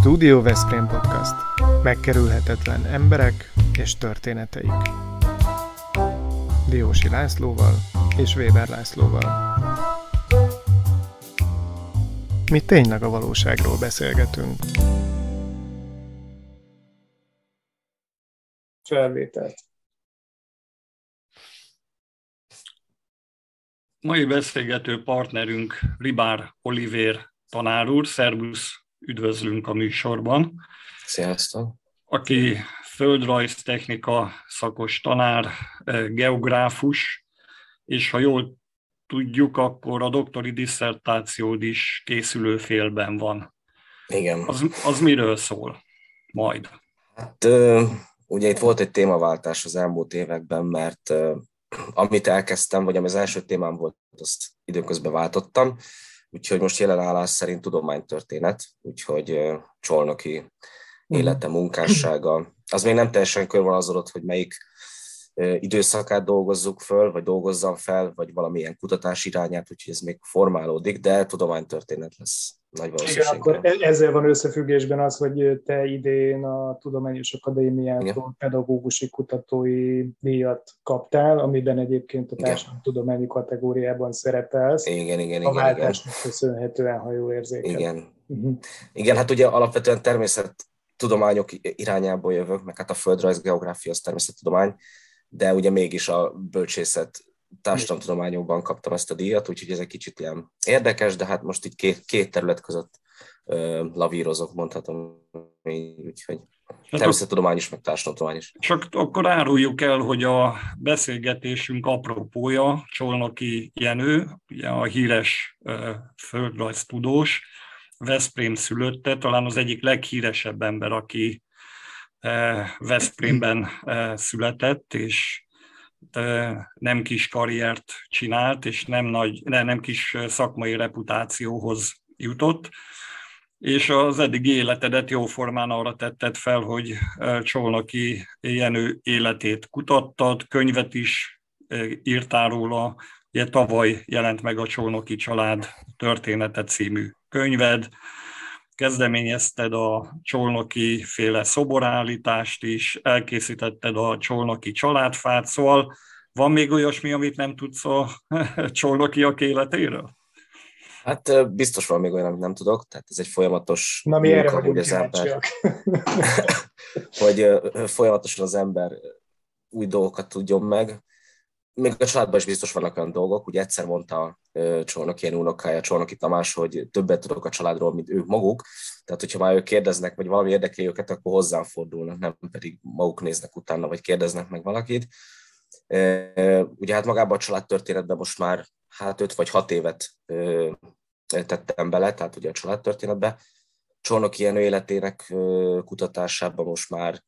Studio Veszprém Podcast. Megkerülhetetlen emberek és történeteik. Diósi Lászlóval és Weber Lászlóval. Mi tényleg a valóságról beszélgetünk. Felvételt. Mai beszélgető partnerünk Ribár Olivér tanár úr. Szervusz, üdvözlünk a műsorban. Sziasztok! Aki földrajztechnika szakos tanár, geográfus, és ha jól tudjuk, akkor a doktori disszertációd is készülő félben van. Igen. Az miről szól majd? Hát ugye itt volt egy témaváltás az elmúlt években, mert amit elkezdtem, vagy ami az első témám volt, azt időközben váltottam, úgyhogy most jelen állás szerint tudománytörténet, úgyhogy csolnoki élete, munkássága. Az még nem teljesen körvonalazódott, hogy melyik időszakát dolgozzuk föl, vagy dolgozzam fel, vagy valamilyen kutatás irányát, úgyhogy ez még formálódik, de tudománytörténet lesz nagy valószínűséggel. Igen, akkor ezzel van összefüggésben az, hogy te idén a Tudományos Akadémiától pedagógusi kutatói díjat kaptál, amiben egyébként a társadalomtudományi kategóriában szerepelsz. Igen. A váltásnak köszönhetően, ha jól érzékelem. Igen, hát ugye alapvetően természettudományok irányából jövök, meg hát a földrajz, geográfia az természettudomány, de ugye mégis a bölcsészet társadalomtudományokban kaptam ezt a díjat, úgyhogy ez egy kicsit ilyen érdekes, de hát most így két terület között lavírozok, mondhatom így, úgyhogy természettudomány is, meg társadalomtudomány is. Csak akkor áruljuk el, hogy a beszélgetésünk apropója Csolnoki Jenő, ugye a híres földrajztudós, Veszprém szülötte, talán az egyik leghíresebb ember, aki Veszprémben született, és nem kis karriert csinált, és nem kis szakmai reputációhoz jutott, és az eddigi életedet jóformán arra tetted fel, hogy Csolnoki Jenő életét kutattad, könyvet is írtál róla, ugye tavaly jelent meg a Csolnoki család története című könyved, kezdeményezted a csolnoki féle szoborállítást is, elkészítetted a csolnoki családfát, szóval van még olyasmi, amit nem tudsz a csolnokiak életéről? Hát biztos van még olyan, amit nem tudok, tehát ez egy folyamatos munka, hogy az ember, hogy folyamatosan az ember új dolgokat tudjon meg. Még a családban is biztos vannak olyan dolgok, ugye egyszer mondta Csolnoki Jenő unokája, Csolnoki Tamás, hogy többet tudok a családról, mint ők maguk, tehát hogyha már ők kérdeznek, vagy valami érdekli őket, akkor hozzám fordulnak, nem pedig maguk néznek utána, vagy kérdeznek meg valakit. Ugye hát magában a családtörténetben most már 5 vagy 6 évet tettem bele, tehát ugye a családtörténetbe. Csolnoki Jenő életének kutatásában most már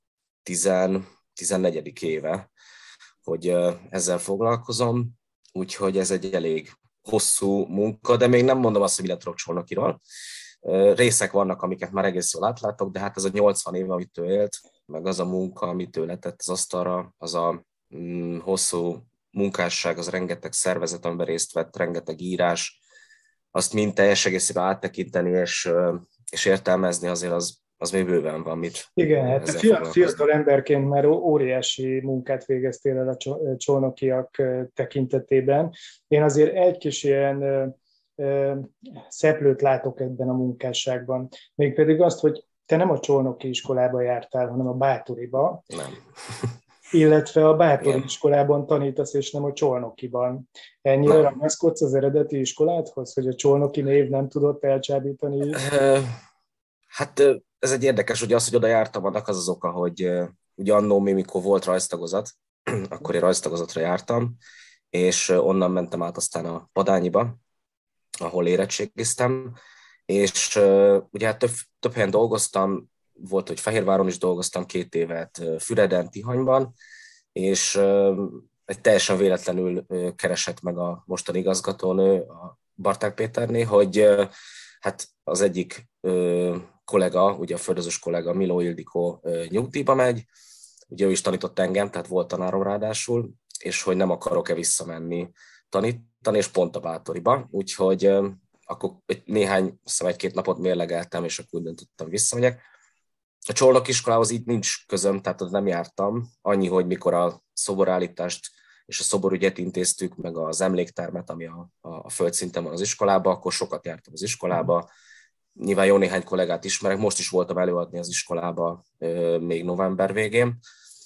14. éve, hogy ezzel foglalkozom, úgyhogy ez egy elég hosszú munka, de még nem mondom azt, hogy mindent tudok Csolnokiról. Részek vannak, amiket már egész jól átlátok, de hát ez a 80 év, amit ő élt, meg az a munka, amit ő letett az asztalra, az a hosszú munkásság, az rengeteg szervezet, amiben részt vett, rengeteg írás, azt mind teljes egészében áttekinteni és értelmezni azért az még bőven van mit. Igen, hát fiatal emberként már óriási munkát végeztél el a csolnokiak tekintetében. Én azért egy kis ilyen szeplőt látok ebben a munkásságban. Mégpedig azt, hogy te nem a csolnoki iskolába jártál, hanem a bátoriba. Nem. Illetve a bátori iskolában tanítasz, és nem a csolnokiban. Ennyire ragaszkodsz az eredeti iskoládhoz, hogy a csolnoki név nem tudott elcsábítani? Hát ez egy érdekes, hogy az, hogy oda jártam, annak az oka, hogy ugye annó még mikor volt rajztagozat, akkor én rajztagozatra jártam, és onnan mentem át aztán a Padányiba, ahol érettségiztem, és ugye hát több helyen dolgoztam, volt, hogy Fehérváron is dolgoztam 2 évet, Füreden, Tihanyban, és egy teljesen véletlenül keresett meg a mostani igazgatónő, a Barták Péterné, hogy hát az egyik kollega, ugye a földözős kollega, Miló Ildikó nyugdíjba megy, ugye ő is tanított engem, tehát volt tanárom ráadásul, és hogy nem akarok-e visszamenni tanítani, és pont a bátoriba, úgyhogy akkor egy-két napot mérlegeltem, és akkor úgy döntöttem, visszamegyek. A Csolnoki iskolához így nincs közöm, tehát ott nem jártam. Annyi, hogy mikor a szoborállítást és a szoborügyet intéztük, meg az emléktermet, ami a földszinten van az iskolában, akkor sokat jártam az iskolába. Nyilván jó néhány kollégát ismerek, most is voltam előadni az iskolába még november végén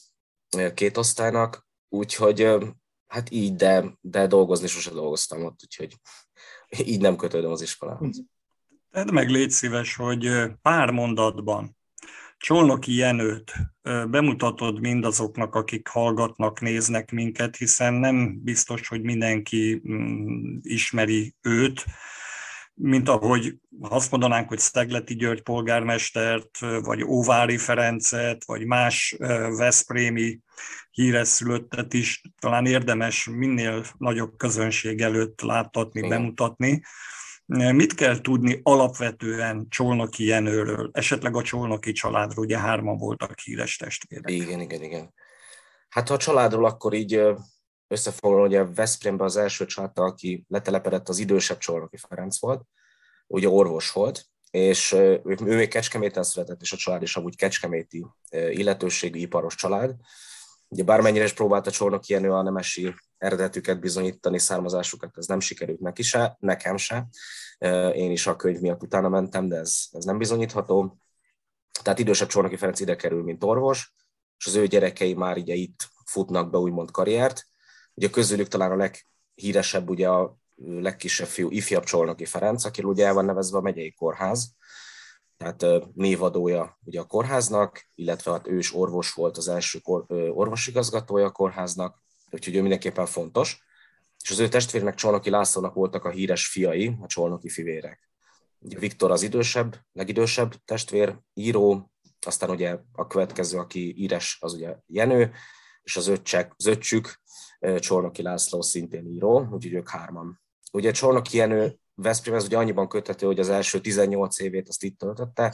2 osztálynak, úgyhogy hát így, de dolgozni sose dolgoztam ott, úgyhogy így nem kötődöm az iskolához. Tedd meg, légy szíves, hogy pár mondatban Csolnoki Jenőt bemutatod mindazoknak, akik hallgatnak, néznek minket, hiszen nem biztos, hogy mindenki ismeri őt, mint ahogy azt mondanánk, hogy Szegleti György polgármestert, vagy Óvári Ferencet, vagy más veszprémi híres szülöttet is talán érdemes minél nagyobb közönség előtt láttatni, bemutatni. Mit kell tudni alapvetően Csolnoki Jenőről, esetleg a Csolnoki családról, ugye 3 voltak híres testvérek. Igen. Hát ha a családról, akkor így összefoglalom, hogy a Veszprémben az első családtal, aki letelepedett, az idősebb Csolnoki Ferenc volt, ugye orvos volt, és ő még Kecskeméten született, és a család is amúgy kecskeméti illetőségű iparos család. Ugye bármennyire is próbálta Csolnoki Jenő a nemesi eredetüket bizonyítani, származásukat, ez nem sikerült neki se, nekem se. Én is a könyv miatt utána mentem, de ez nem bizonyítható. Tehát idősebb Csolnoki Ferenc ide kerül, mint orvos, és az ő gyerekei már ugye itt futnak be úgymond karriert. Ugye közülük talán a leghíresebb, ugye a legkisebb fiú, ifjabb Csolnoki Ferenc, akiről ugye el van nevezve a megyei kórház, tehát névadója ugye a kórháznak, illetve hát ő is orvos volt, az első orvosigazgatója a kórháznak, úgyhogy ő mindenképpen fontos. És az ő testvérnek, Csolnoki Lászlónak voltak a híres fiai, a Csolnoki fivérek. Ugye Viktor az legidősebb testvér, író, aztán ugye a következő, aki híres, az ugye Jenő, és az öccsük, Csolnoki László szintén író, úgyhogy ők 3-an. Ugye Csolnoki Jenő Veszprémhez ugye annyiban köthető, hogy az első 18 évét azt itt töltötte.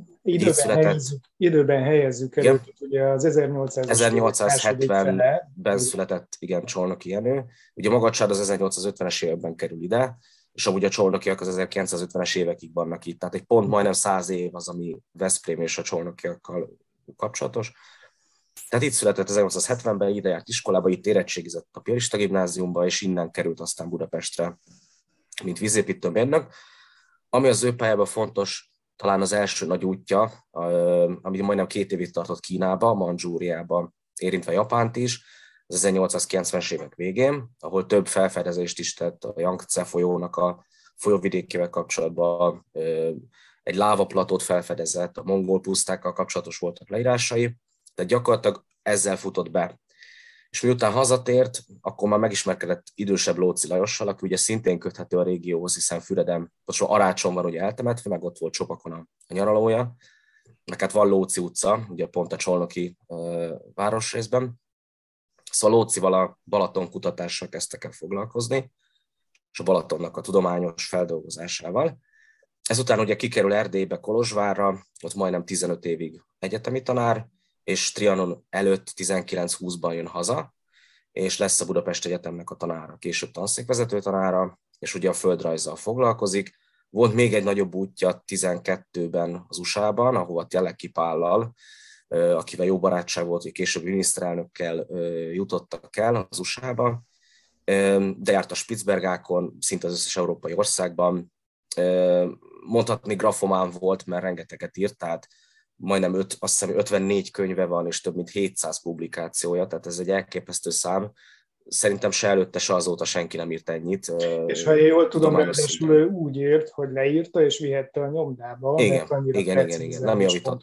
Időben helyezzük el, ugye az 1870-ben született, igen, Csolnoki Jenő. Ugye maga a család az 1850-es években kerül ide, és amúgy a Csolnokiak az 1950-es évekig vannak itt. Tehát egy pont majdnem 100 év az, ami Veszprém és a Csolnokiakkal kapcsolatos. Tehát itt született 1970-ben, ide járt iskolába, itt érettségizett a piarista gimnáziumba, és innen került aztán Budapestre, mint vízépítőmérnök. Ami az ő pályában fontos, talán az első nagy útja, ami majdnem 2 évig tartott Kínába, Mandzsúriába, érintve Japánt is, az 1890-es évek végén, ahol több felfedezést is tett a Jangtze folyónak a folyóvidékével kapcsolatban, egy lávaplatót felfedezett, a mongol pusztákkal kapcsolatos voltak leírásai, tehát gyakorlatilag ezzel futott be. És miután hazatért, akkor már megismerkedett idősebb Lóczy Lajossal, aki ugye szintén köthető a régióhoz, hiszen Füreden, Arácson van ugye eltemetve, meg ott volt Csopakon a nyaralója. Meg hát van Lóczy utca, ugye pont a Csolnoki városrészben. Szóval Lóczyval a Balaton kutatással kezdtek el foglalkozni, és a Balatonnak a tudományos feldolgozásával. Ezután ugye kikerül Erdélybe, Kolozsvárra, ott majdnem 15 évig egyetemi tanár, és Trianon előtt 19-20-ban jön haza, és lesz a Budapest Egyetemnek a tanára, később tanszékvezető tanára, és ugye a földrajzzal foglalkozik. Volt még egy nagyobb útja 12-ben az USA-ban, ahova Teleki Pállal, akivel jó barátság volt, hogy később miniszterelnökkel jutottak el az USA-ba, de járt a Spitzbergákon, szinte az összes európai országban. Mondhatni grafomán volt, mert rengeteget írt, tehát majdnem azt hiszem 54 könyve van, és több mint 700 publikációja, tehát ez egy elképesztő szám. Szerintem se előtte, se azóta senki nem írt ennyit. És ha jól tudom, ráadásul ő úgy írt, hogy leírta és vihette a nyomdába. Igen, nem javított.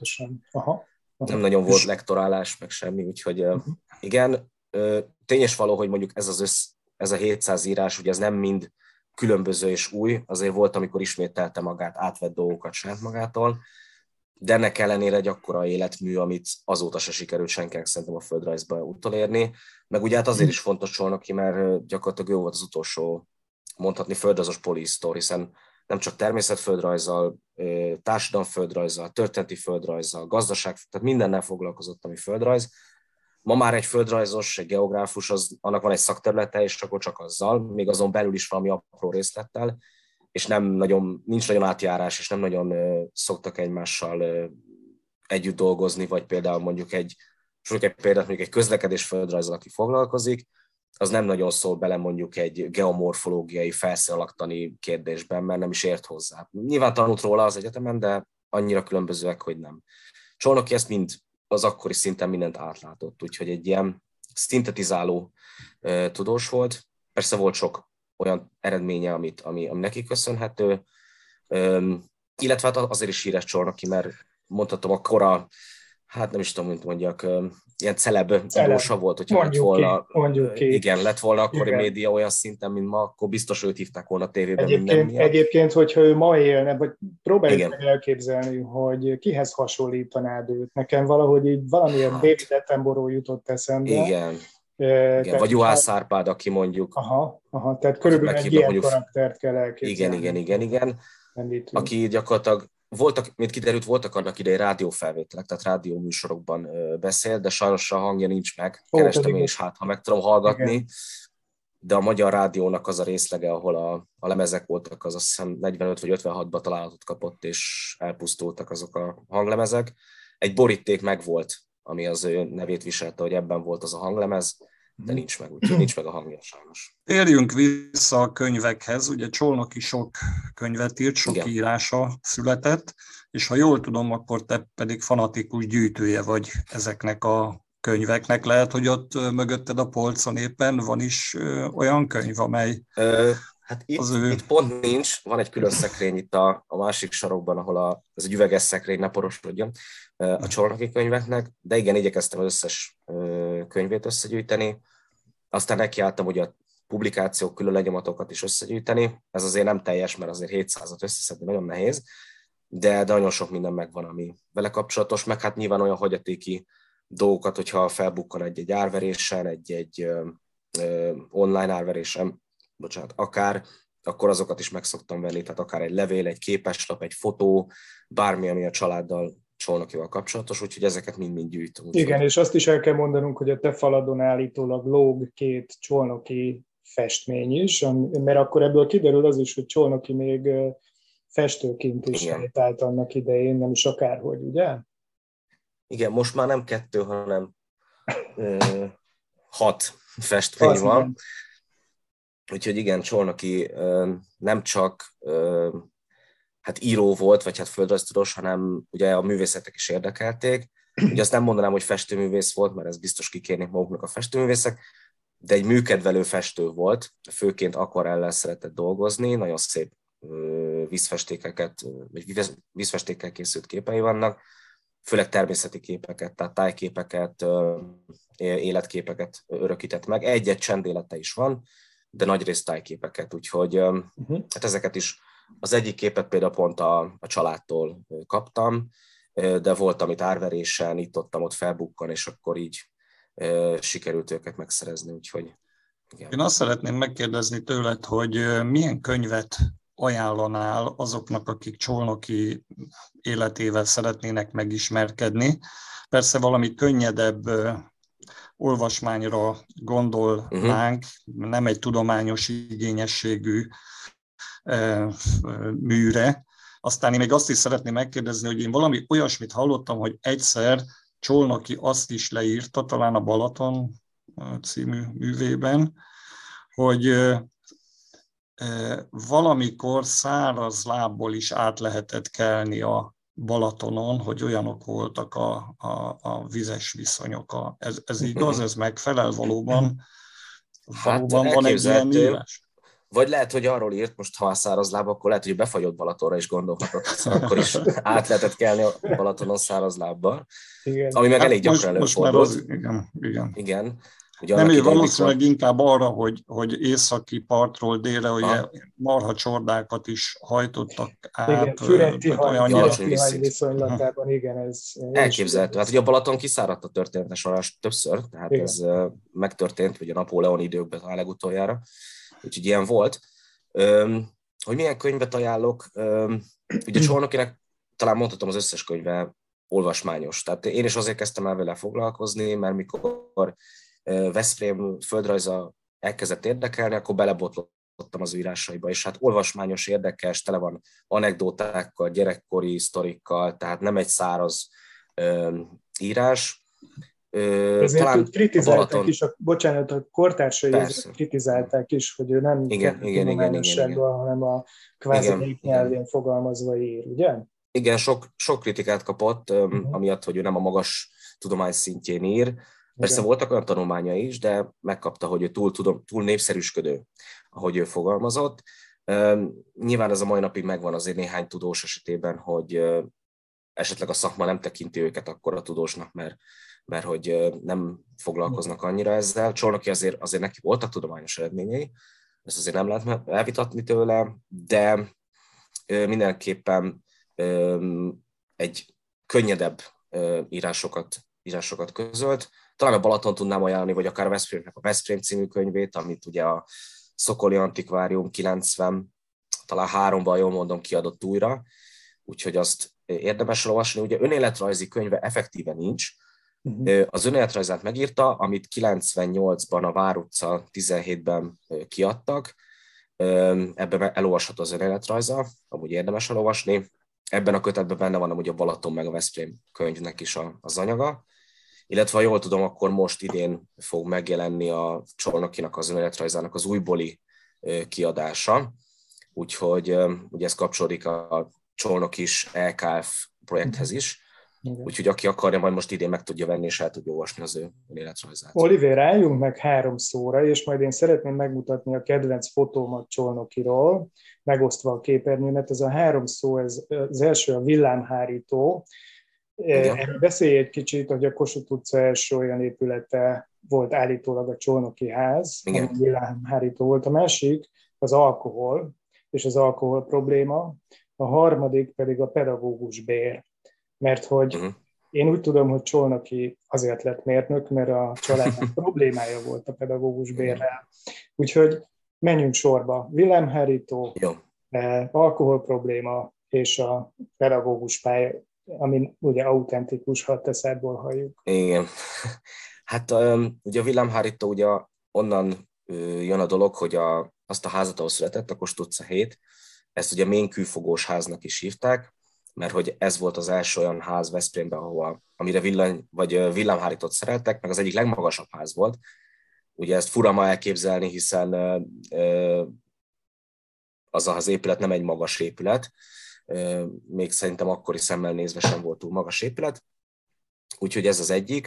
Nem nagyon volt lektorálás, meg semmi, úgyhogy igen. Tényes való, hogy mondjuk ez a 700 írás, ugye ez nem mind különböző és új, azért volt, amikor ismételte magát, átvett dolgokat saját magától, de ennek ellenére egy akkora életmű, amit azóta se sikerült senkinek szerintem a földrajzba utolérni. Meg ugye hát azért is fontos Csolnoki, mert gyakorlatilag ő volt az utolsó, mondhatni földrajzos polihisztor, hiszen nem csak természetföldrajzzal, társadalomföldrajzzal, történeti földrajzzal, gazdaság, tehát mindennel foglalkozott, ami földrajz. Ma már egy földrajzos, egy geográfus, annak van egy szakterülete, és akkor csak azzal, még azon belül is valami apró részlettel, és nincs nagyon átjárás, és nem nagyon szoktak egymással együtt dolgozni, vagy például mondjuk egy közlekedés földrajzzal, aki foglalkozik, az nem nagyon szól bele mondjuk egy geomorfológiai felszínalaktani kérdésben, mert nem is ért hozzá. Nyilván tanult róla az egyetemen, de annyira különbözőek, hogy nem. Csolnoky ezt mind az akkori szinten mindent átlátott, úgyhogy egy ilyen szintetizáló tudós volt. Persze volt sok olyan eredménye, ami neki köszönhető, illetve hát azért is híres Csolnoky, mert mondhatom a kora, hát nem is tudom, mint mondjak, ilyen celeb tudósa volt, hogyha lett volna akkori média olyan szinten, mint ma, akkor biztos őt hívták volna a tévében minden miatt. Egyébként, hogyha ő ma élne, vagy próbáljuk meg elképzelni, hogy kihez hasonlítanád őt. Nekem valahogy így valamiért David Attenborough jutott eszembe. Igen. Vagy Juhász Árpád, aki mondjuk... Tehát körülbelül egy ilyen karaktert kell elképzelni. Igen. Aki gyakorlatilag mint kiderült, voltak annak idején rádiófelvételek, tehát rádióműsorokban beszél, de sajnos a hangja nincs meg. Kerestem én is, ha meg tudom hallgatni. Igen. De a Magyar Rádiónak az a részlege, ahol a lemezek voltak, az azt hiszem 45 vagy 56-ban találatot kapott, és elpusztultak azok a hanglemezek. Egy boríték megvolt, ami az ő nevét viselte, hogy ebben volt az a hanglemez, de nincs meg, úgyhogy nincs meg a hangja sajnos. Térjünk vissza a könyvekhez. Ugye Csolnoky sok könyvet írt, sok írása született, és ha jól tudom, akkor te pedig fanatikus gyűjtője vagy ezeknek a könyveknek. Lehet, hogy ott mögötted a polcon éppen van is olyan könyv, amely... Hát itt pont nincs, van egy külön szekrény itt a másik sarokban, ahol ez egy üveges szekrény, ne porosodjon a Csolnoky könyveknek, de igen, igyekeztem az összes könyvét összegyűjteni. Aztán nekiálltam ugye a publikációk, külön lenyomatokat is összegyűjteni. Ez azért nem teljes, mert azért 700-at összeszedni nagyon nehéz, de nagyon sok minden megvan, ami vele kapcsolatos, meg hát nyilván olyan hagyatéki dolgokat, hogyha felbukkan egy árverésen, egy online árverésen, akkor azokat is meg szoktam venni, tehát akár egy levél, egy képeslap, egy fotó, bármi, ami a családdal, Csolnokyval kapcsolatos, úgyhogy ezeket mind-mind gyűjtöm. Igen, és azt is el kell mondanunk, hogy a te faladon állítólag lóg 2 Csolnoky festmény is, mert akkor ebből kiderül az is, hogy Csolnoky még festőként is sétált annak idején, nem is akárhogy, ugye? Igen, most már nem 2, hanem 6 festmény van. Úgyhogy igen, Csolnoky nem csak író volt, vagy földrajztudós, hanem ugye a művészetek is érdekelték. Ugye azt nem mondanám, hogy festőművész volt, mert ez biztos kikérnék maguknak a festőművészek, de egy műkedvelő festő volt, főként akvarellel szeretett dolgozni, nagyon szép vízfestékkel készült képei vannak, főleg természeti képeket, tehát tájképeket, életképeket örökített meg. Egy-egy csendélete is van, de nagyrészt tájképeket, úgyhogy hát ezeket is, az egyik képet például pont a családtól kaptam, de volt, amit árverésen, itt-ott felbukkan, és akkor így sikerült őket megszerezni, úgyhogy igen. Én azt szeretném megkérdezni tőled, hogy milyen könyvet ajánlanál azoknak, akik Csolnoky életével szeretnének megismerkedni. Persze valami könnyedebb olvasmányra gondolnánk, nem egy tudományos igényességű műre. Aztán én még azt is szeretném megkérdezni, hogy én valami olyasmit hallottam, hogy egyszer Csolnoky azt is leírta, talán a Balaton című művében, hogy valamikor száraz lábból is át lehetett kelni a Balatonon, hogy olyanok voltak a vizes viszonyok. Ez igaz, ez megfelel valóban? Valóban van egy ilyen írás? Vagy lehet, hogy arról írt, most ha a száraz láb, akkor lehet, hogy befagyott Balatonra is gondolhatott, szóval akkor is át lehetett kelni a Balatonon száraz lábbal, ami meg elég gyakran előfordult. Igen. Nem, ő valószínűleg inkább arra, hogy északi partról délre, hogy marha csordákat is hajtottak át. Igen, Füretti hagy viszonylatában, igen, ez... Elképzelhető. Hát ugye a Balaton kiszáradt a története során többször, tehát igen. Ez megtörtént, ugye a Napóleon időkben a legutoljára, úgyhogy ilyen volt. Hogy milyen könyvet ajánlok? Ugye Csolnokynek talán mondhatom az összes könyve olvasmányos. Tehát én is azért kezdtem el vele foglalkozni, mert mikor Veszprém földrajza elkezdett érdekelni, akkor belebotlott belehallgatottam az ő írásaiba, és hát olvasmányos, érdekes, tele van anekdótákkal, gyerekkori sztorikkal, tehát nem egy száraz írás. Ezért Talán kritizálták Balaton... is, bocsánat, a kortársai kritizálták is, hogy ő nem tudományosságban, hanem a kvázi népnyelvén fogalmazva ír, ugye? Igen, sok kritikát kapott, amiatt, hogy ő nem a magas tudomány szintjén ír. Persze voltak olyan tanulmányai is, de megkapta, hogy ő túl népszerűsködő, ahogy ő fogalmazott. Nyilván ez a mai napig megvan azért néhány tudós esetében, hogy esetleg a szakma nem tekinti őket akkora tudósnak, mert hogy nem foglalkoznak annyira ezzel. Csornoky azért neki voltak tudományos eredményei, ezt azért nem lehet elvitatni tőle, de mindenképpen egy könnyedebb írásokat közölt. Talán a Balaton tudnám ajánlani, vagy akár a Veszprémnek a Veszprém című könyvét, amit ugye a Szokoli Antikvárium 90, talán 3-ban, jól mondom, kiadott újra, úgyhogy azt érdemes olvasni. Ugye önéletrajzi könyve effektíve nincs. Az önéletrajzát megírta, amit 98-ban a Vár utca 17-ben kiadtak. Ebben elolvasható az önéletrajza, amúgy érdemes elolvasni. Ebben a kötetben benne van amúgy a Balaton meg a Veszprém könyvnek is az anyaga. Illetve, ha jól tudom, akkor most idén fog megjelenni a Csornokynak az önéletrajzának az újbóli kiadása. Úgyhogy ugye ez kapcsolódik a Csornokis LKF projekthez is. Úgyhogy aki akarja, majd most idén meg tudja venni, és el tudja olvasni az ő önéletrajzát. Olivér, álljunk meg 3 szóra, és majd én szeretném megmutatni a kedvenc fotómat Csornokyról, megosztva a képernyőmet. Ez a 3 szó, az első a villámhárító. Erről beszélj egy kicsit, hogy a Kossuth utca első olyan épülete volt állítólag a Csornoky ház, ami villámhárító volt. A másik az alkohol, és az alkohol probléma. A harmadik pedig a pedagógus bér. Mert hogy én úgy tudom, hogy Csornoky azért lett mérnök, mert a családnak problémája volt a pedagógus bérrel. Úgyhogy menjünk sorba. Villámhárító, alkohol probléma és a pedagógus pálya, ami ugye autentikus, ha a teszádból halljuk. Igen. Hát ugye a villámhárító ugye onnan jön a dolog, hogy azt a házat, ahol született, a Kossuth utca 7, ezt ugye ménkűfogós háznak is hívták, mert hogy ez volt az első olyan ház Veszprémben, amire villámhárítót szereltek, meg az egyik legmagasabb ház volt. Ugye ezt fura ma elképzelni, hiszen az épület nem egy magas épület, még szerintem akkori szemmel nézve sem volt túl magas épület, úgyhogy ez az egyik.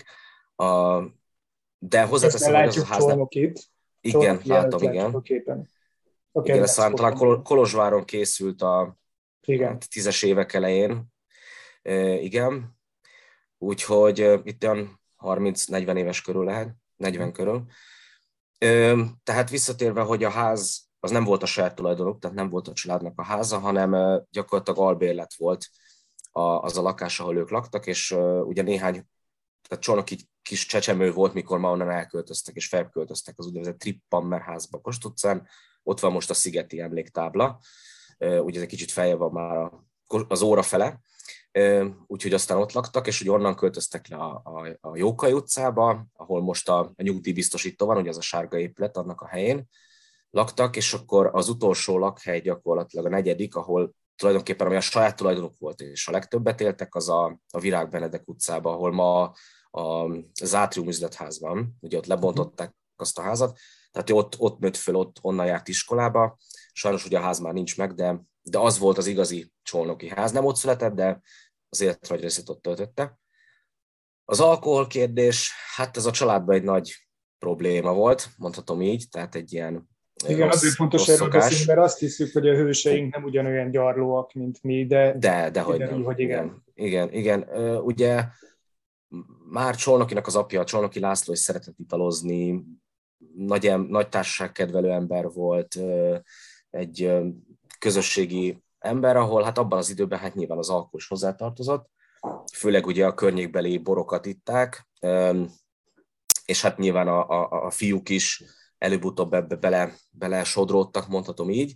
De hozzáteszem, hogy ez a ház nem... Igen, látom, igen. Igen, ez talán Kolozsváron készült a 10-es évek elején. Igen. Úgyhogy itt olyan 30-40 éves körül lehet, 40 körül. Tehát visszatérve, hogy a ház az nem volt a saját tulajdonuk, tehát nem volt a családnak a háza, hanem gyakorlatilag albérlet volt az a lakás, ahol ők laktak, és ugye tehát Csornoky kis csecsemő volt, mikor ma onnan elköltöztek, és felköltöztek az úgynevezett Trippammer házba Kossuth utcán. Ott van most a Szigeti emléktábla, ugye ez egy kicsit feljebb van már az óra fele, úgyhogy aztán ott laktak, és ugye onnan költöztek le a Jókai utcába, ahol most a nyugdíjbiztosító van, ugye az a sárga épület, annak a helyén laktak, és akkor az utolsó lakhely gyakorlatilag a 4., ahol tulajdonképpen ami a saját tulajdonuk volt, és a legtöbbet éltek, az a Virág Benedek utcába, ahol ma az Átrium üzletház van, ugye ott lebontották azt a házat, tehát ott nőtt föl, onnan járt iskolába, sajnos ugye a ház már nincs meg, de az volt az igazi Csornoky ház, nem ott született, de az élet nagy részét ott töltötte. Az alkohol kérdés, hát ez a családban egy nagy probléma volt, mondhatom így, tehát egy ilyen igen, azért fontos erről beszélni, mert azt hiszük, hogy a hőseink nem ugyanolyan gyarlóak, mint mi, de hogy nem. Hogy igen. Ugye már Csornokynak az apja, Csornoky László is szeretett italozni, nagy társaságkedvelő ember volt, egy közösségi ember, ahol hát abban az időben hát nyilván az alkohol is hozzátartozott, főleg ugye a környékbeli borokat itták, és hát nyilván a fiúk is előbb-utóbb ebbe bele sodródtak, mondhatom így.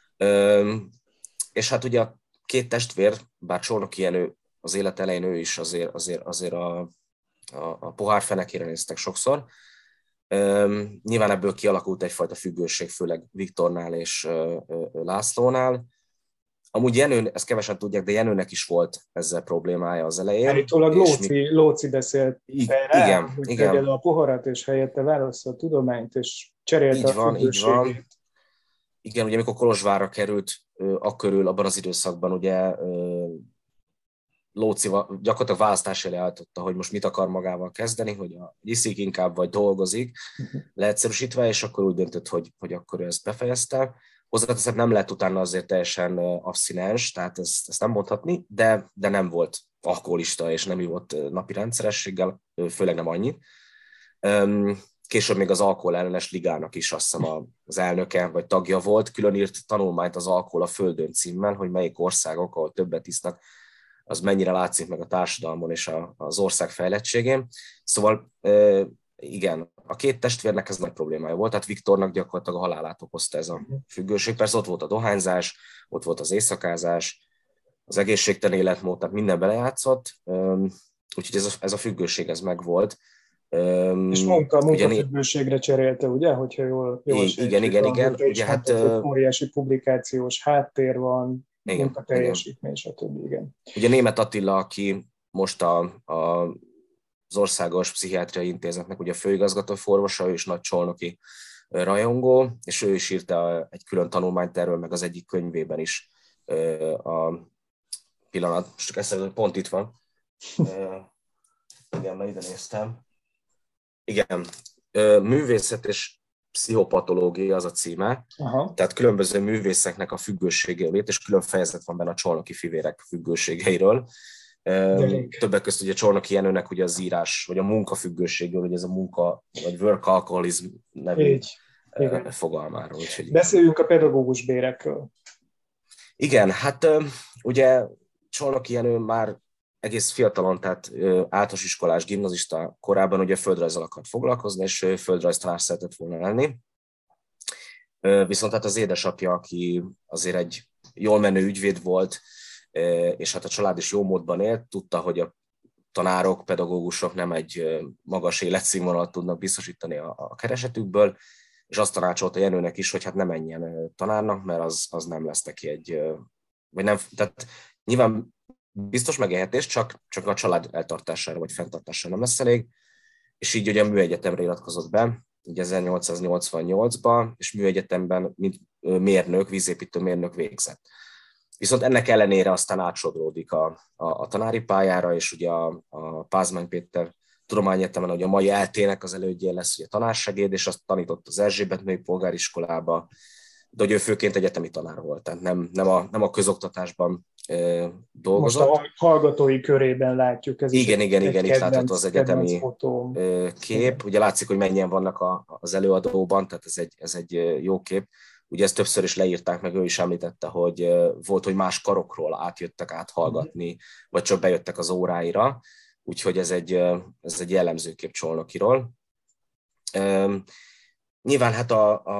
És hát ugye a 2 testvér, bár Csornoky Jenő az élet elején ő is azért a pohár fenekére néztek sokszor, Nyilván ebből kialakult egyfajta függőség, főleg Viktornál és Lászlónál. Amúgy Jenő, ezt kevesen tudják, de Jenőnek is volt ezzel problémája az elején. Állítólag Lóci beszélt rá, hogy tegye le a poharat, és helyette válassza a tudományt, és cserélte a függőségét. Így van. Igen, ugye amikor Kolozsvárra került, akkörül abban az időszakban ugye Lóci gyakorlatilag választás elé állította, hogy most mit akar magával kezdeni, hogy iszik inkább, vagy dolgozik, leegyszerűsítve, és akkor úgy döntött, hogy akkor ő ezt befejezte. Hozzáteszem, nem lett utána azért teljesen abszinens, tehát ezt nem mondhatni, de nem volt alkoholista, és nem ivott napi rendszerességgel, főleg nem annyit. Később még az alkohol ellenes ligának is azt hiszem az elnöke vagy tagja volt, külön írt tanulmányt az Alkohol a Földön címmel, hogy melyik országok, ahol többet isznak, az mennyire látszik meg a társadalmon és az ország fejlettségén. Szóval igen, a két testvérnek ez nagy problémája volt, tehát Viktornak gyakorlatilag a halálát okozta ez a függőség. Persze ott volt a dohányzás, ott volt az éjszakázás, az egészségtelen életmód, tehát minden belejátszott, úgyhogy ez a függőség ez megvolt. És munkafüggőségre cserélte, ugye? Hogyha jól igen. Ugye hát óriási publikációs háttér van, munkateljesítmény, stb. Igen. Ugye Németh Attila, aki most az Országos Pszichiátriai Intézetnek ugye a főigazgatóorvosa, ő is nagy csolnoki rajongó, és ő is írta egy külön tanulmányt erről, meg az egyik könyvében is a pillanat, most csak eszembe, pont itt van. Igen, mert ide néztem. Igen, művészet és pszichopatológia az a címe, tehát különböző művészeknek a függőségéről, és külön fejezet van benne a csolnoki fivérek függőségeiről. Többek között ugye Csolnoki Jenőnek ugye az írás, vagy a munkafüggőségről, vagy ez a munka, vagy work alcoholism nevű fogalmáról. Beszéljünk a pedagógus bérekről. Igen, hát ugye Csolnoki Jenő már egész fiatalon, tehát általános iskolás, gimnazista korában ugye földrajzzal akart foglalkozni, és földrajztanár szeretett volna lenni. Viszont hát az édesapja, aki azért egy jól menő ügyvéd volt, és hát a család is jó módban élt, tudta, hogy a tanárok, pedagógusok nem egy magas életszínvonalat tudnak biztosítani a keresetükből, és azt tanácsolta Jenőnek is, hogy hát ne menjen tanárnak, mert az nem lesz neki egy, vagy nem, tehát nyilván biztos megélhetés, csak a család eltartására vagy fenntartására nem lesz elég, és így ugye a műegyetemre iratkozott be, ugye 1888-ban, és műegyetemben mint mérnök, vízépítő mérnök végzett. Viszont ennek ellenére aztán átsodródik a tanári pályára, és ugye a Pázmány Péter Tudományegyetemen, ugye a mai ELTE-nek az elődje lesz ugye tanársegéd, és azt tanított az Erzsébet női polgáriskolába, de hogy ő főként egyetemi tanár volt, tehát nem a közoktatásban dolgozott. Most a hallgatói körében látjuk. Ez igen, itt látható az egyetemi kép. Ugye látszik, hogy mennyien vannak az előadóban, tehát ez egy jó kép. Ugye ezt többször is leírták, meg ő is említette, hogy volt, hogy más karokról átjöttek áthallgatni, vagy csak bejöttek az óráira, úgyhogy ez egy jellemző kép Csolnokiról. Nyilván hát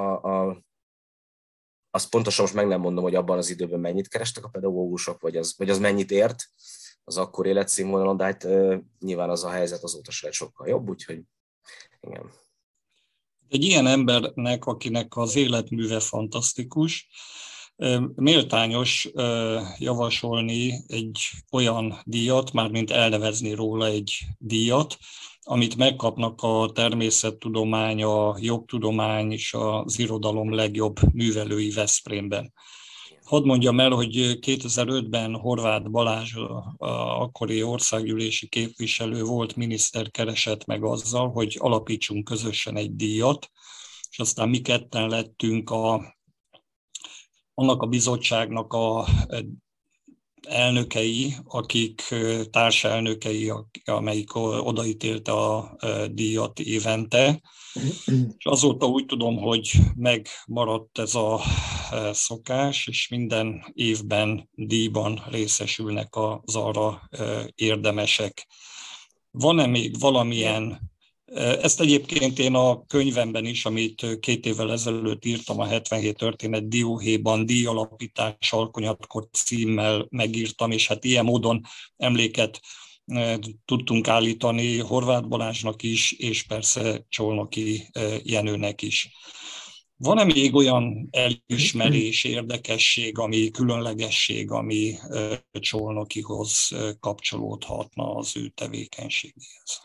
azt pontosan most meg nem mondom, hogy abban az időben mennyit kerestek a pedagógusok, vagy az mennyit ért az akkor életszínvonalon, de hát nyilván az a helyzet azóta se lett sokkal jobb, úgyhogy igen. Egy ilyen embernek, akinek az életműve fantasztikus, méltányos javasolni egy olyan díjat, mármint elnevezni róla egy díjat, amit megkapnak a természettudomány, a jogtudomány és az irodalom legjobb művelői Veszprémben. Hadd mondjam el, hogy 2005-ben Horváth Balázs, akkori országgyűlési képviselő volt, miniszter keresett meg azzal, hogy alapítsunk közösen egy díjat, és aztán mi ketten lettünk annak a bizottságnak a elnökei, akik társelnökei, amelyik odaítélte a díjat évente. És azóta úgy tudom, hogy megmaradt ez a szokás, és minden évben díjban részesülnek az arra érdemesek. Van-e még valamilyen, ezt egyébként én a könyvemben is, amit 2 évvel ezelőtt írtam, a 77 történet dióhéjban, díjalapítás alkonyatkor címmel megírtam, és hát ilyen módon emléket tudtunk állítani Horváth Balázsnak is, és persze Csolnoki Jenőnek is. Van-e még olyan elismerés, érdekesség, ami különlegesség, ami Csolnokihoz kapcsolódhatna az ő tevékenységéhez?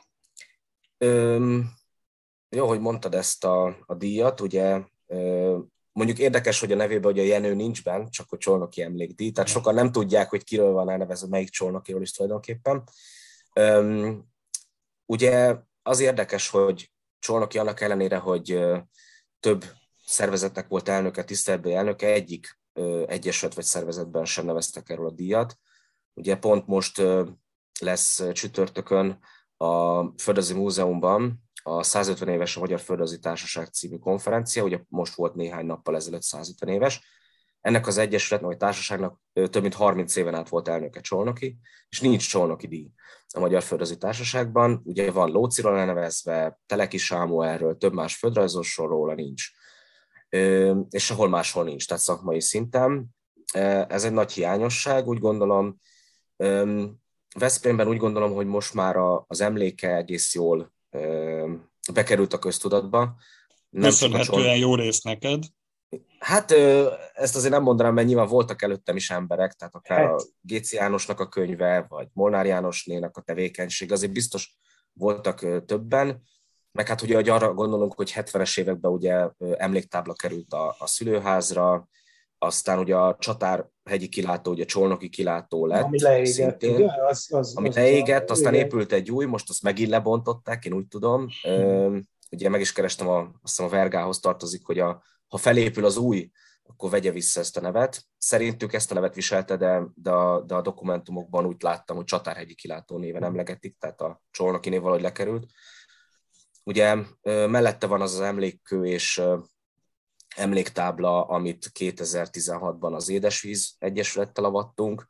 Jó, hogy mondtad ezt a díjat, ugye mondjuk érdekes, hogy a nevében ugye a Jenő nincs benne, csak a Csolnoki emlékdíj, tehát sokan nem tudják, hogy kiről van elnevezve, melyik Csolnokiról is tulajdonképpen. Ugye az érdekes, hogy Csolnoki annak ellenére, hogy több szervezetnek volt elnöke, tiszteletbeli elnöke, egyik egyesület vagy szervezetben sem neveztek erről a díjat. Ugye pont most lesz csütörtökön a Földrajzi Múzeumban a 150 éves a Magyar Földrajzi Társaság című konferencia, ugye most volt néhány nappal ezelőtt 150 éves. Ennek az egyesületnek vagy társaságnak több mint 30 éven át volt elnöke Csolnoki, és nincs Csolnoki díj a Magyar Földrajzi Társaságban. Ugye van Lóciról elnevezve, Teleki Sámuelről, több más földrajzosról róla nincs. És sehol máshol nincs, tehát szakmai szinten. Ez egy nagy hiányosság, úgy gondolom. Veszprémben úgy gondolom, hogy most már az emléke egész jól bekerült a köztudatba. Köszönhetően jó rész neked. Hát ezt azért nem mondanám, mert nyilván voltak előttem is emberek, tehát akár a Géci Jánosnak a könyve, vagy Molnár Jánosnénak a tevékenység, azért biztos voltak többen, meg hát ugye arra gondolunk, hogy 70-es években ugye emléktábla került a szülőházra, aztán ugye a Csatár-hegyi kilátó, ugye Csolnoki kilátó lett. Ami leégett, szintén, ugye? Ami leégett, aztán épült egy új, most azt megint lebontották, én úgy tudom. Ugye meg is kerestem, azt hiszem a Vergához tartozik, hogy ha felépül az új, akkor vegye vissza ezt a nevet. Szerintük ezt a nevet viselte, de a dokumentumokban úgy láttam, hogy Csatár-hegyi kilátó néven emlegetik, tehát a Csolnoki név valahogy lekerült. Ugye mellette van az emlékkő és emléktábla, amit 2016-ban az Édesvíz Egyesülettel avattunk.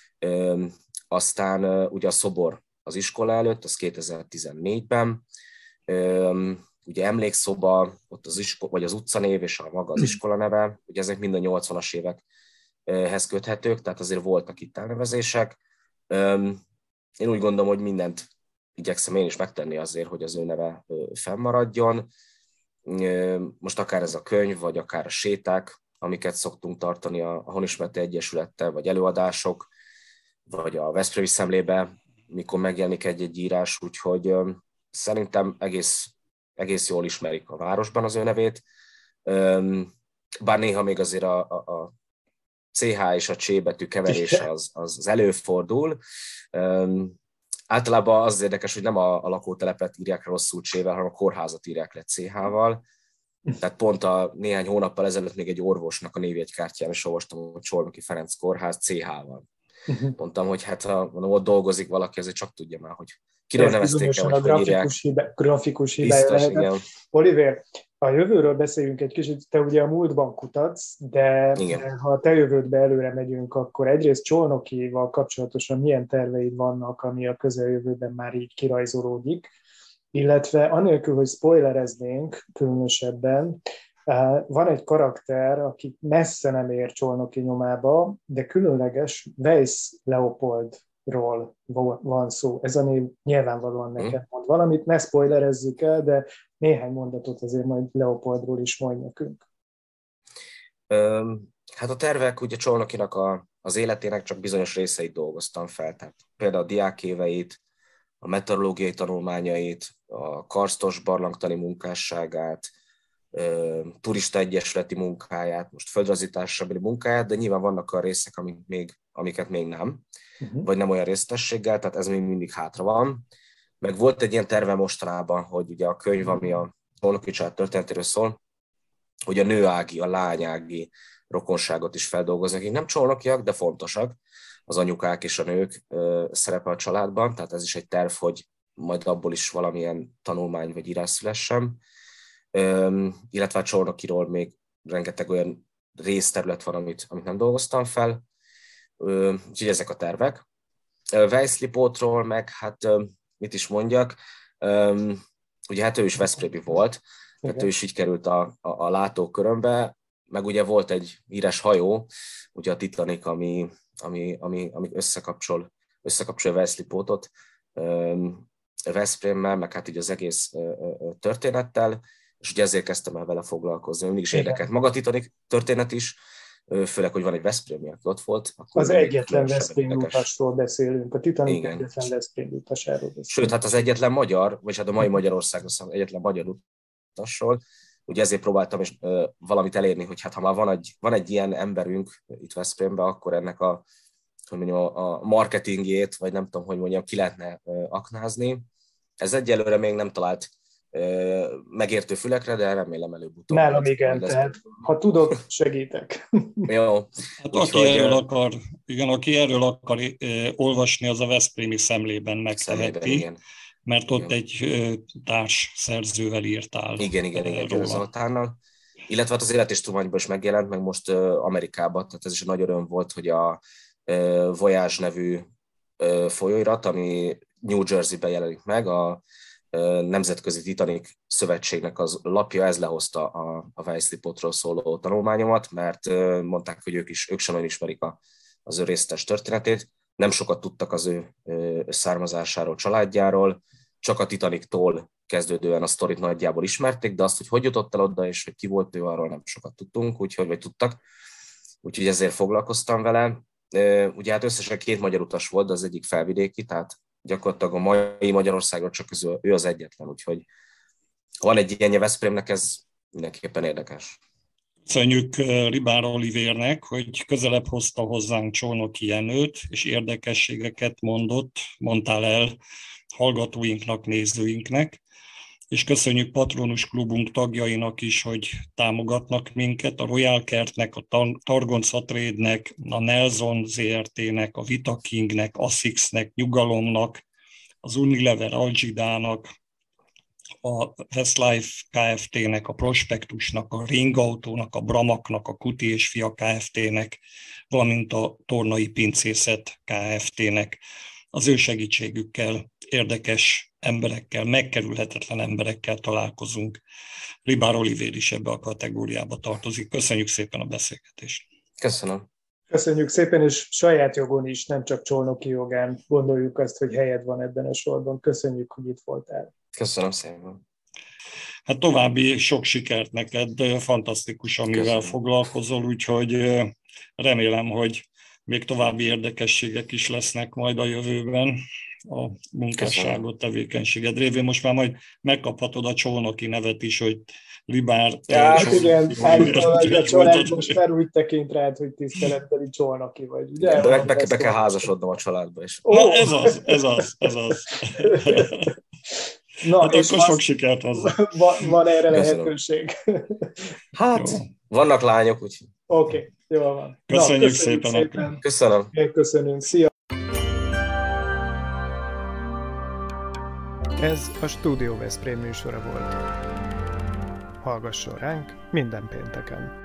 Aztán ugye a szobor az iskola előtt, az 2014-ben. Ugye emlékszoba, ott vagy az utcanév és a maga az iskola neve, ugye ezek mind a 80-as évekhez köthetők, tehát azért voltak itt elnevezések. Én úgy gondolom, hogy mindent igyekszem én is megtenni azért, hogy az ő neve fennmaradjon. Most akár ez a könyv, vagy akár a séták, amiket szoktunk tartani a Honismereti Egyesülettel, vagy előadások, vagy a Veszprémi Szemlébe, mikor megjelenik egy írás, úgyhogy szerintem egész jól ismerik a városban az ő nevét. Bár néha még azért a CH és a C betű keverése az előfordul. Általában az érdekes, hogy nem a lakótelepet írják rosszul C-vel, hanem a kórházat írják le CH-val. Tehát pont néhány hónappal ezelőtt még egy orvosnak a névjegykártyán is olvastam, hogy Csolnoki Ferenc kórház CH-val. Mondtam, hogy hát ha ott dolgozik valaki, azért csak tudja már, hogy kiről nevezték el, hogy írják. Grafikus hibája lehetett. Oliver, a jövőről beszéljünk egy kicsit, te ugye a múltban kutatsz, de ha a te jövődbe előre megyünk, akkor egyrészt Csolnokival kapcsolatosan milyen terveid vannak, ami a közeljövőben már így kirajzolódik, illetve anélkül, hogy spoilereznénk különösebben, van egy karakter, aki messze nem ér Csolnoki nyomába, de különleges Weiss Leopoldról van szó. Ez a név nyilvánvalóan neked mond valamit, ne spoilerezzük el, de néhány mondatot azért majd Leopoldról is mondj nekünk. Hát a tervek, ugye Csolnokinak az életének csak bizonyos részeit dolgoztam fel, tehát például a diákéveit, a meteorológiai tanulmányait, a karstos barlangtani munkásságát, turista egyesületi munkáját, most földrajzi társaságbeli munkáját, de nyilván vannak a részek, amiket még nem, vagy nem olyan részletességgel, tehát ez még mindig hátra van. Meg volt egy ilyen terve mostanában, hogy ugye a könyv, ami a Csolnoki család történetéről szól, hogy a nőági, a lányági rokonságot is feldolgoznak, akik nem csolnokiak, de fontosak, az anyukák és a nők szerepe a családban, tehát ez is egy terv, hogy majd abból is valamilyen tanulmány vagy írás szülessen. Illetve a Csolnokiról még rengeteg olyan részterület van, amit nem dolgoztam fel. Úgyhogy ezek a tervek. Weiss Lipótról meg, hát mit is mondjak, ugye hát ő is veszprémi volt, tehát ő is így került a látókörömbe, meg ugye volt egy híres hajó, ugye a Titanic, ami összekapcsolja Weiss Lipótot Veszprémmel, meg hát így az egész történettel, és ugye ezért kezdtem el vele foglalkozni. Mindig is érdekelt maga a Titanic történet is, főleg, hogy van egy veszprémi, aki ott volt. Az egyetlen veszprémi utasról beszélünk, a Titanic egyetlen veszprémi utasáról beszélünk. Sőt, hát az egyetlen magyar, vagy hát a mai Magyarországon egyetlen magyar utasról. Ugye ezért próbáltam is valamit elérni, hogy hát ha már van egy ilyen emberünk itt Veszprémben, akkor ennek a marketingjét, vagy nem tudom, hogy mondjam, ki lehetne aknázni. Ez egyelőre még nem talált megértő fülekre, de remélem előbb-utóbb. Nálam igen, tehát ha tudok, segítek. Jó. Hát aki erről akar olvasni, az a Veszprémi Szemlében megteheti, mert ott egy társ szerzővel írtál. Igen, Zoltánnal. Illetve hát az Életéstudományban is megjelent, meg most Amerikában, tehát ez is nagy öröm volt, hogy a Voyage nevű folyóirat, ami New Jersey-ben jelenik meg, a Nemzetközi Titanic Szövetségnek az lapja, ez lehozta a Weiss-Lipotról szóló tanulmányomat, mert mondták, hogy ők sem nagyon ismerik az ő részletes történetét, nem sokat tudtak az ő származásáról, családjáról, csak a Titanic-tól kezdődően a sztorit nagyjából ismerték, de azt, hogy jutott el oda, és hogy ki volt ő, arról nem sokat tudtunk, úgyhogy ezért foglalkoztam vele. Ugye hát összesen 2 magyar utas volt, de az egyik felvidéki, tehát gyakorlatilag a mai Magyarországon csak ő az egyetlen, úgyhogy ha van egy ilyenje Veszprémnek, ez mindenképpen érdekes. Köszönjük Ribár Olivérnek, hogy közelebb hozta hozzánk Csolnoky Jenőt, és érdekességeket mondtál el hallgatóinknak, nézőinknek, és köszönjük Patronus Klubunk tagjainak is, hogy támogatnak minket, a Royal Kertnek, a Targonca Trade-nek, a Nelson ZRT-nek, a Vita Kingnek, Assixnek, Nyugalomnak, az Unilever Algidának, a Westlife Kft-nek, a Prospektusnak, a Ring Autónak, a Bramaknak, a Kuti és Fia Kft-nek, valamint a Tornai Pincészet Kft-nek. Az ő segítségükkel érdekes emberekkel, megkerülhetetlen emberekkel találkozunk. Ribár Olivér is ebbe a kategóriába tartozik. Köszönjük szépen a beszélgetést. Köszönöm. Köszönjük szépen, és saját jogon is, nem csak Csolnoky jogán gondoljuk azt, hogy helyed van ebben a sorban. Köszönjük, hogy itt voltál. Köszönöm szépen. Hát további sok sikert neked, fantasztikus, amivel foglalkozol, úgyhogy remélem, hogy még további érdekességek is lesznek majd a jövőben a munkásságot, tevékenységed révén. Most már majd megkaphatod a Csolnoky nevet is, hogy Ribár... Hát igen, a család most már úgy tekint rád, hogy tiszteletbeli Csolnoky vagy. Ugye? De be kell házasodnom a családba is. Na, ez az. Na, hát és akkor sok sikert hozzá. Van erre lehetőség. Hát, jó. Vannak lányok, úgyhogy. Oké, jól van. Köszönjük szépen. Köszönöm. Köszönünk. Szia. Ez a Studio Veszprém műsora volt. Hallgasson ránk minden pénteken!